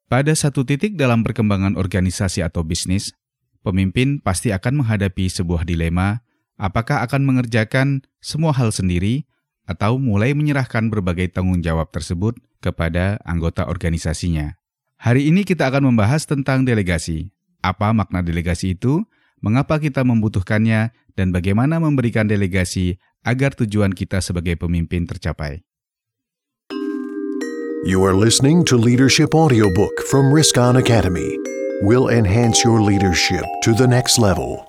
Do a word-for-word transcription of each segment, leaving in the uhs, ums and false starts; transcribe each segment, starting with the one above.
Pada satu titik dalam perkembangan organisasi atau bisnis, pemimpin pasti akan menghadapi sebuah dilema, apakah akan mengerjakan semua hal sendiri atau mulai menyerahkan berbagai tanggung jawab tersebut kepada anggota organisasinya. Hari ini kita akan membahas tentang delegasi. Apa makna delegasi itu, mengapa kita membutuhkannya, dan bagaimana memberikan delegasi agar tujuan kita sebagai pemimpin tercapai. You are listening to Leadership Audiobook from Risk-On Academy. We'll enhance your leadership to the next level.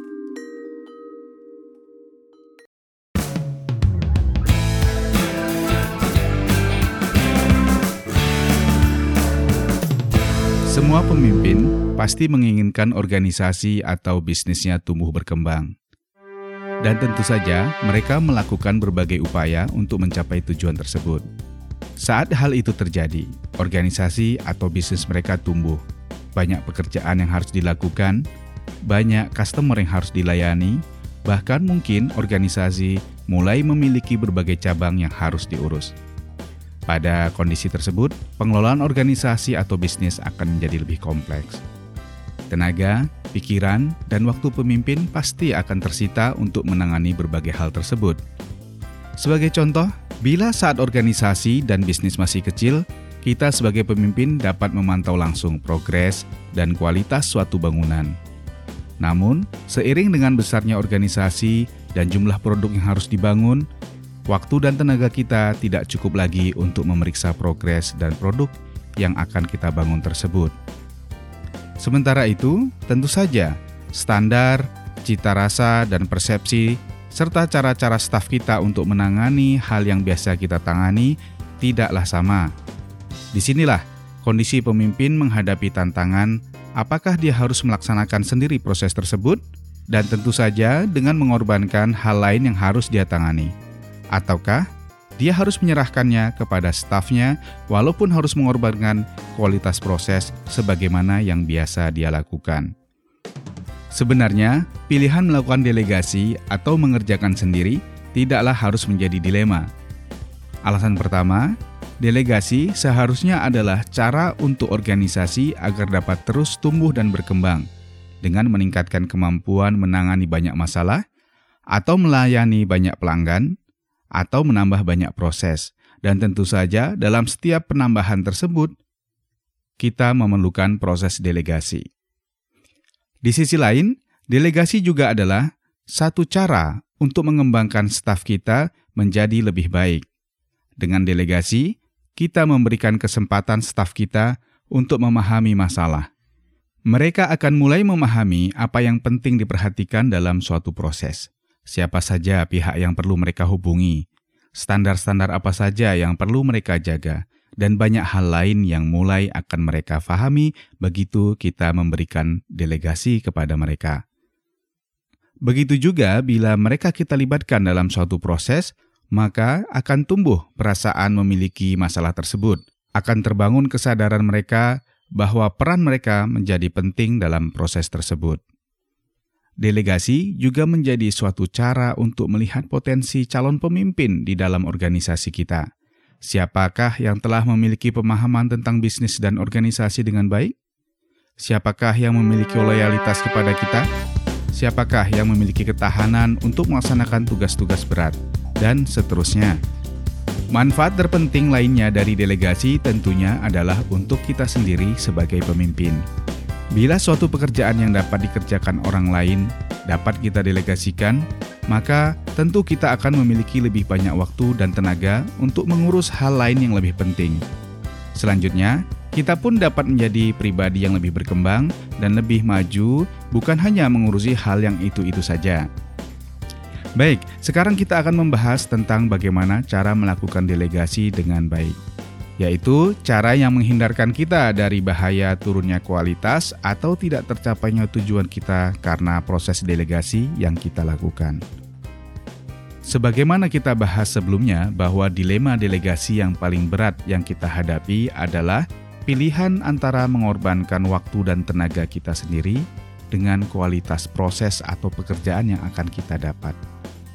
Semua pemimpin pasti menginginkan organisasi atau bisnisnya tumbuh berkembang. Dan tentu saja mereka melakukan berbagai upaya untuk mencapai tujuan tersebut. Saat hal itu terjadi, organisasi atau bisnis mereka tumbuh. Banyak pekerjaan yang harus dilakukan, banyak customer yang harus dilayani, bahkan mungkin organisasi mulai memiliki berbagai cabang yang harus diurus. Pada kondisi tersebut, pengelolaan organisasi atau bisnis akan menjadi lebih kompleks. Tenaga, pikiran, dan waktu pemimpin pasti akan tersita untuk menangani berbagai hal tersebut. Sebagai contoh, bila saat organisasi dan bisnis masih kecil, kita sebagai pemimpin dapat memantau langsung progres dan kualitas suatu bangunan. Namun, seiring dengan besarnya organisasi dan jumlah produk yang harus dibangun, waktu dan tenaga kita tidak cukup lagi untuk memeriksa progres dan produk yang akan kita bangun tersebut. Sementara itu, tentu saja, standar, cita rasa, dan persepsi serta cara-cara staf kita untuk menangani hal yang biasa kita tangani tidaklah sama. Disinilah kondisi pemimpin menghadapi tantangan, apakah dia harus melaksanakan sendiri proses tersebut, dan tentu saja dengan mengorbankan hal lain yang harus dia tangani. Ataukah dia harus menyerahkannya kepada stafnya walaupun harus mengorbankan kualitas proses sebagaimana yang biasa dia lakukan. Sebenarnya, pilihan melakukan delegasi atau mengerjakan sendiri tidaklah harus menjadi dilema. Alasan pertama, delegasi seharusnya adalah cara untuk organisasi agar dapat terus tumbuh dan berkembang dengan meningkatkan kemampuan menangani banyak masalah atau melayani banyak pelanggan atau menambah banyak proses. Dan tentu saja dalam setiap penambahan tersebut, kita memerlukan proses delegasi. Di sisi lain, delegasi juga adalah satu cara untuk mengembangkan staf kita menjadi lebih baik. Dengan delegasi, kita memberikan kesempatan staf kita untuk memahami masalah. Mereka akan mulai memahami apa yang penting diperhatikan dalam suatu proses. Siapa saja pihak yang perlu mereka hubungi, standar-standar apa saja yang perlu mereka jaga, dan banyak hal lain yang mulai akan mereka fahami begitu kita memberikan delegasi kepada mereka. Begitu juga bila mereka kita libatkan dalam suatu proses, maka akan tumbuh perasaan memiliki masalah tersebut. Akan terbangun kesadaran mereka bahwa peran mereka menjadi penting dalam proses tersebut. Delegasi juga menjadi suatu cara untuk melihat potensi calon pemimpin di dalam organisasi kita. Siapakah yang telah memiliki pemahaman tentang bisnis dan organisasi dengan baik? Siapakah yang memiliki loyalitas kepada kita? Siapakah yang memiliki ketahanan untuk melaksanakan tugas-tugas berat? Dan seterusnya. Manfaat terpenting lainnya dari delegasi tentunya adalah untuk kita sendiri sebagai pemimpin. Bila suatu pekerjaan yang dapat dikerjakan orang lain dapat kita delegasikan, maka tentu kita akan memiliki lebih banyak waktu dan tenaga untuk mengurus hal lain yang lebih penting. Selanjutnya, kita pun dapat menjadi pribadi yang lebih berkembang dan lebih maju, bukan hanya mengurusi hal yang itu-itu saja. Baik, sekarang kita akan membahas tentang bagaimana cara melakukan delegasi dengan baik, yaitu cara yang menghindarkan kita dari bahaya turunnya kualitas atau tidak tercapainya tujuan kita karena proses delegasi yang kita lakukan. Sebagaimana kita bahas sebelumnya bahwa dilema delegasi yang paling berat yang kita hadapi adalah pilihan antara mengorbankan waktu dan tenaga kita sendiri dengan kualitas proses atau pekerjaan yang akan kita dapat.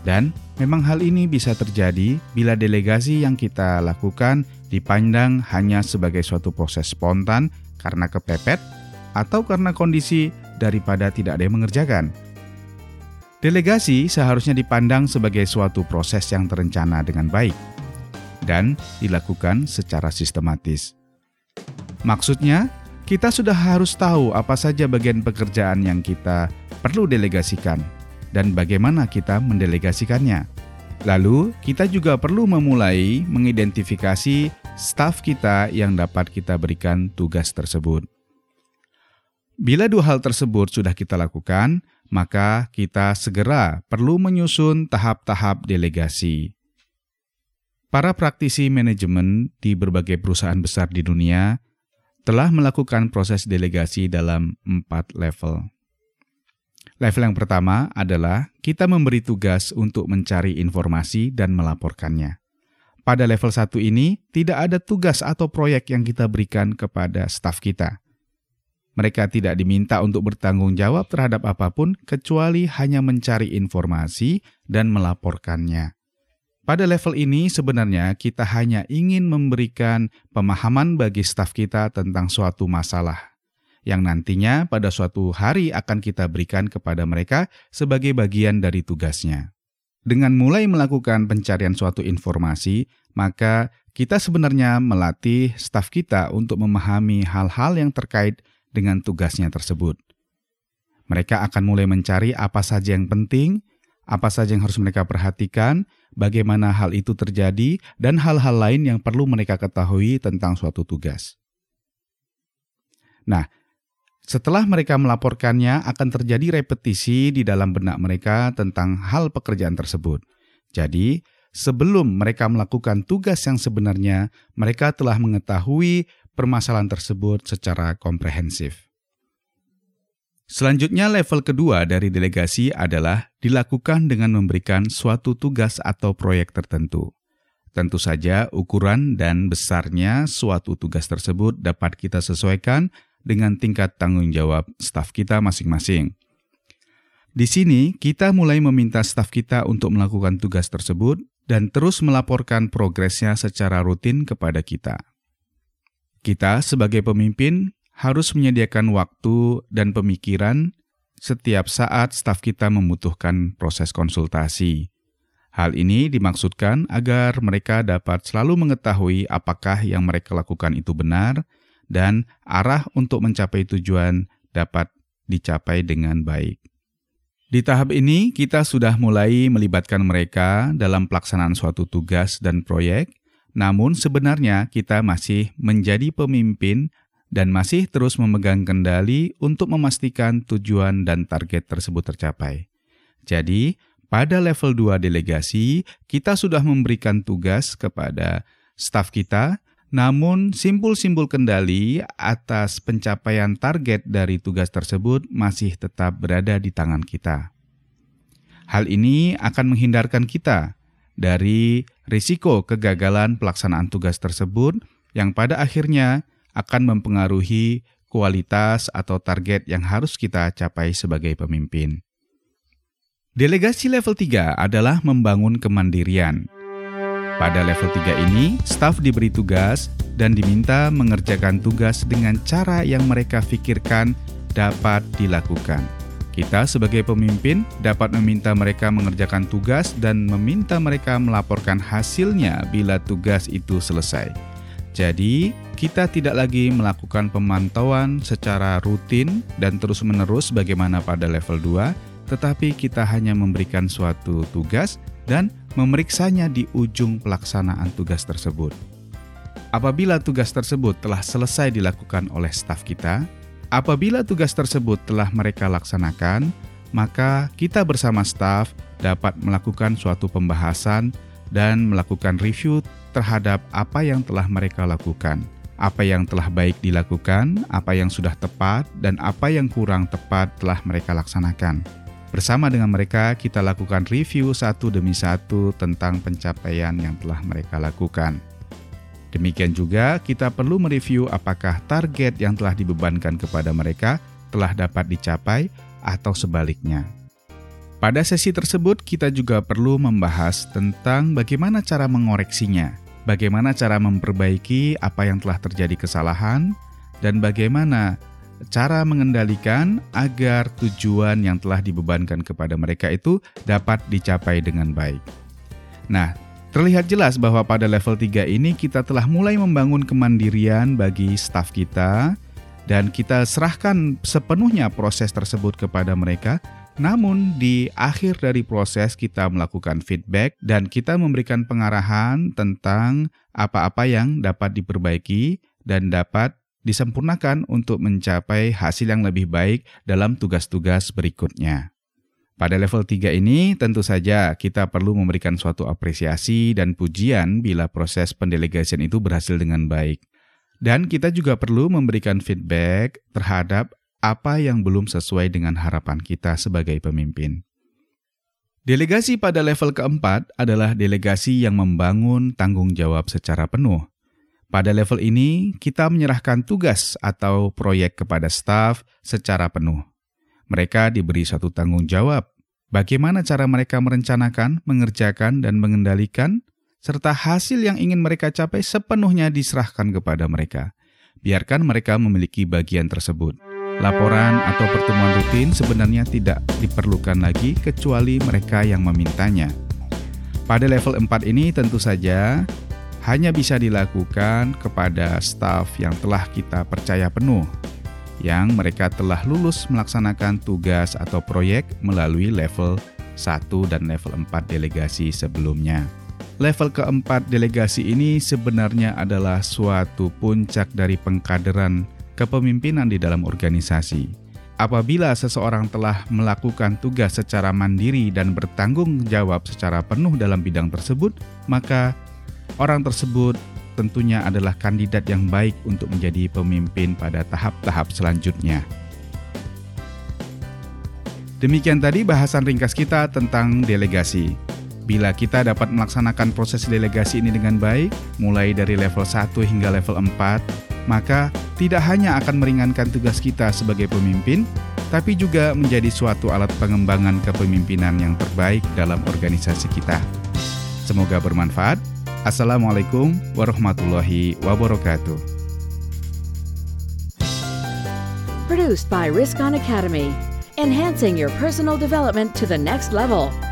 Dan memang hal ini bisa terjadi bila delegasi yang kita lakukan dipandang hanya sebagai suatu proses spontan karena kepepet atau karena kondisi daripada tidak ada yang mengerjakan. Delegasi seharusnya dipandang sebagai suatu proses yang terencana dengan baik dan dilakukan secara sistematis. Maksudnya, kita sudah harus tahu apa saja bagian pekerjaan yang kita perlu delegasikan dan bagaimana kita mendelegasikannya. Lalu, kita juga perlu memulai mengidentifikasi staf kita yang dapat kita berikan tugas tersebut. Bila dua hal tersebut sudah kita lakukan, maka kita segera perlu menyusun tahap-tahap delegasi. Para praktisi manajemen di berbagai perusahaan besar di dunia telah melakukan proses delegasi dalam empat level. Level yang pertama adalah kita memberi tugas untuk mencari informasi dan melaporkannya. Pada level satu ini, tidak ada tugas atau proyek yang kita berikan kepada staf kita. Mereka tidak diminta untuk bertanggung jawab terhadap apapun kecuali hanya mencari informasi dan melaporkannya. Pada level ini sebenarnya kita hanya ingin memberikan pemahaman bagi staf kita tentang suatu masalah yang nantinya pada suatu hari akan kita berikan kepada mereka sebagai bagian dari tugasnya. Dengan mulai melakukan pencarian suatu informasi, maka kita sebenarnya melatih staf kita untuk memahami hal-hal yang terkait dengan tugasnya tersebut. Mereka akan mulai mencari apa saja yang penting, apa saja yang harus mereka perhatikan, bagaimana hal itu terjadi, dan hal-hal lain yang perlu mereka ketahui tentang suatu tugas. Nah, setelah mereka melaporkannya, akan terjadi repetisi di dalam benak mereka tentang hal pekerjaan tersebut. Jadi, sebelum mereka melakukan tugas yang sebenarnya, mereka telah mengetahui permasalahan tersebut secara komprehensif. Selanjutnya, level kedua dari delegasi adalah dilakukan dengan memberikan suatu tugas atau proyek tertentu. Tentu saja, ukuran dan besarnya suatu tugas tersebut dapat kita sesuaikan dengan tingkat tanggung jawab staf kita masing-masing. Di sini, kita mulai meminta staf kita untuk melakukan tugas tersebut dan terus melaporkan progresnya secara rutin kepada kita. Kita sebagai pemimpin harus menyediakan waktu dan pemikiran setiap saat staf kita membutuhkan proses konsultasi. Hal ini dimaksudkan agar mereka dapat selalu mengetahui apakah yang mereka lakukan itu benar dan arah untuk mencapai tujuan dapat dicapai dengan baik. Di tahap ini, kita sudah mulai melibatkan mereka dalam pelaksanaan suatu tugas dan proyek, namun sebenarnya kita masih menjadi pemimpin dan masih terus memegang kendali untuk memastikan tujuan dan target tersebut tercapai. Jadi, pada level dua delegasi, kita sudah memberikan tugas kepada staf kita, namun simbol-simbol kendali atas pencapaian target dari tugas tersebut masih tetap berada di tangan kita. Hal ini akan menghindarkan kita dari risiko kegagalan pelaksanaan tugas tersebut yang pada akhirnya akan mempengaruhi kualitas atau target yang harus kita capai sebagai pemimpin. Delegasi level tiga adalah membangun kemandirian. Pada level tiga ini, staf diberi tugas dan diminta mengerjakan tugas dengan cara yang mereka pikirkan dapat dilakukan. Kita sebagai pemimpin dapat meminta mereka mengerjakan tugas dan meminta mereka melaporkan hasilnya bila tugas itu selesai. Jadi, kita tidak lagi melakukan pemantauan secara rutin dan terus-menerus bagaimana pada level dua, tetapi kita hanya memberikan suatu tugas dan memeriksanya di ujung pelaksanaan tugas tersebut. Apabila tugas tersebut telah selesai dilakukan oleh staf kita, apabila tugas tersebut telah mereka laksanakan, maka kita bersama staf dapat melakukan suatu pembahasan dan melakukan review terhadap apa yang telah mereka lakukan, apa yang telah baik dilakukan, apa yang sudah tepat, dan apa yang kurang tepat telah mereka laksanakan. Bersama dengan mereka, kita lakukan review satu demi satu tentang pencapaian yang telah mereka lakukan. Demikian juga, kita perlu mereview apakah target yang telah dibebankan kepada mereka telah dapat dicapai atau sebaliknya. Pada sesi tersebut, kita juga perlu membahas tentang bagaimana cara mengoreksinya, bagaimana cara memperbaiki apa yang telah terjadi kesalahan, dan bagaimana cara mengendalikan agar tujuan yang telah dibebankan kepada mereka itu dapat dicapai dengan baik. Nah, terlihat jelas bahwa pada level tiga ini kita telah mulai membangun kemandirian bagi staf kita, dan kita serahkan sepenuhnya proses tersebut kepada mereka. Namun di akhir dari proses kita melakukan feedback dan kita memberikan pengarahan tentang apa-apa yang dapat diperbaiki dan dapat disempurnakan untuk mencapai hasil yang lebih baik dalam tugas-tugas berikutnya. Pada level tiga ini tentu saja kita perlu memberikan suatu apresiasi dan pujian bila proses pendelegasian itu berhasil dengan baik. Dan kita juga perlu memberikan feedback terhadap apa yang belum sesuai dengan harapan kita sebagai pemimpin. Delegasi pada level keempat adalah delegasi yang membangun tanggung jawab secara penuh. Pada level ini, kita menyerahkan tugas atau proyek kepada staf secara penuh. Mereka diberi suatu tanggung jawab. Bagaimana cara mereka merencanakan, mengerjakan, dan mengendalikan, serta hasil yang ingin mereka capai sepenuhnya diserahkan kepada mereka. Biarkan mereka memiliki bagian tersebut. Laporan atau pertemuan rutin sebenarnya tidak diperlukan lagi kecuali mereka yang memintanya. Pada level empat ini tentu saja hanya bisa dilakukan kepada staf yang telah kita percaya penuh, yang mereka telah lulus melaksanakan tugas atau proyek melalui level satu dan level empat delegasi sebelumnya. Level keempat delegasi ini sebenarnya adalah suatu puncak dari pengkaderan kepemimpinan di dalam organisasi. Apabila seseorang telah melakukan tugas secara mandiri dan bertanggung jawab secara penuh dalam bidang tersebut, maka orang tersebut tentunya adalah kandidat yang baik untuk menjadi pemimpin pada tahap-tahap selanjutnya. Demikian tadi bahasan ringkas kita tentang delegasi. Bila kita dapat melaksanakan proses delegasi ini dengan baik, mulai dari level satu hingga level empat, maka tidak hanya akan meringankan tugas kita sebagai pemimpin, tapi juga menjadi suatu alat pengembangan kepemimpinan yang terbaik dalam organisasi kita. Semoga bermanfaat. Assalamualaikum warahmatullahi wabarakatuh. Produced by Riskon Academy, enhancing your personal development to the next level.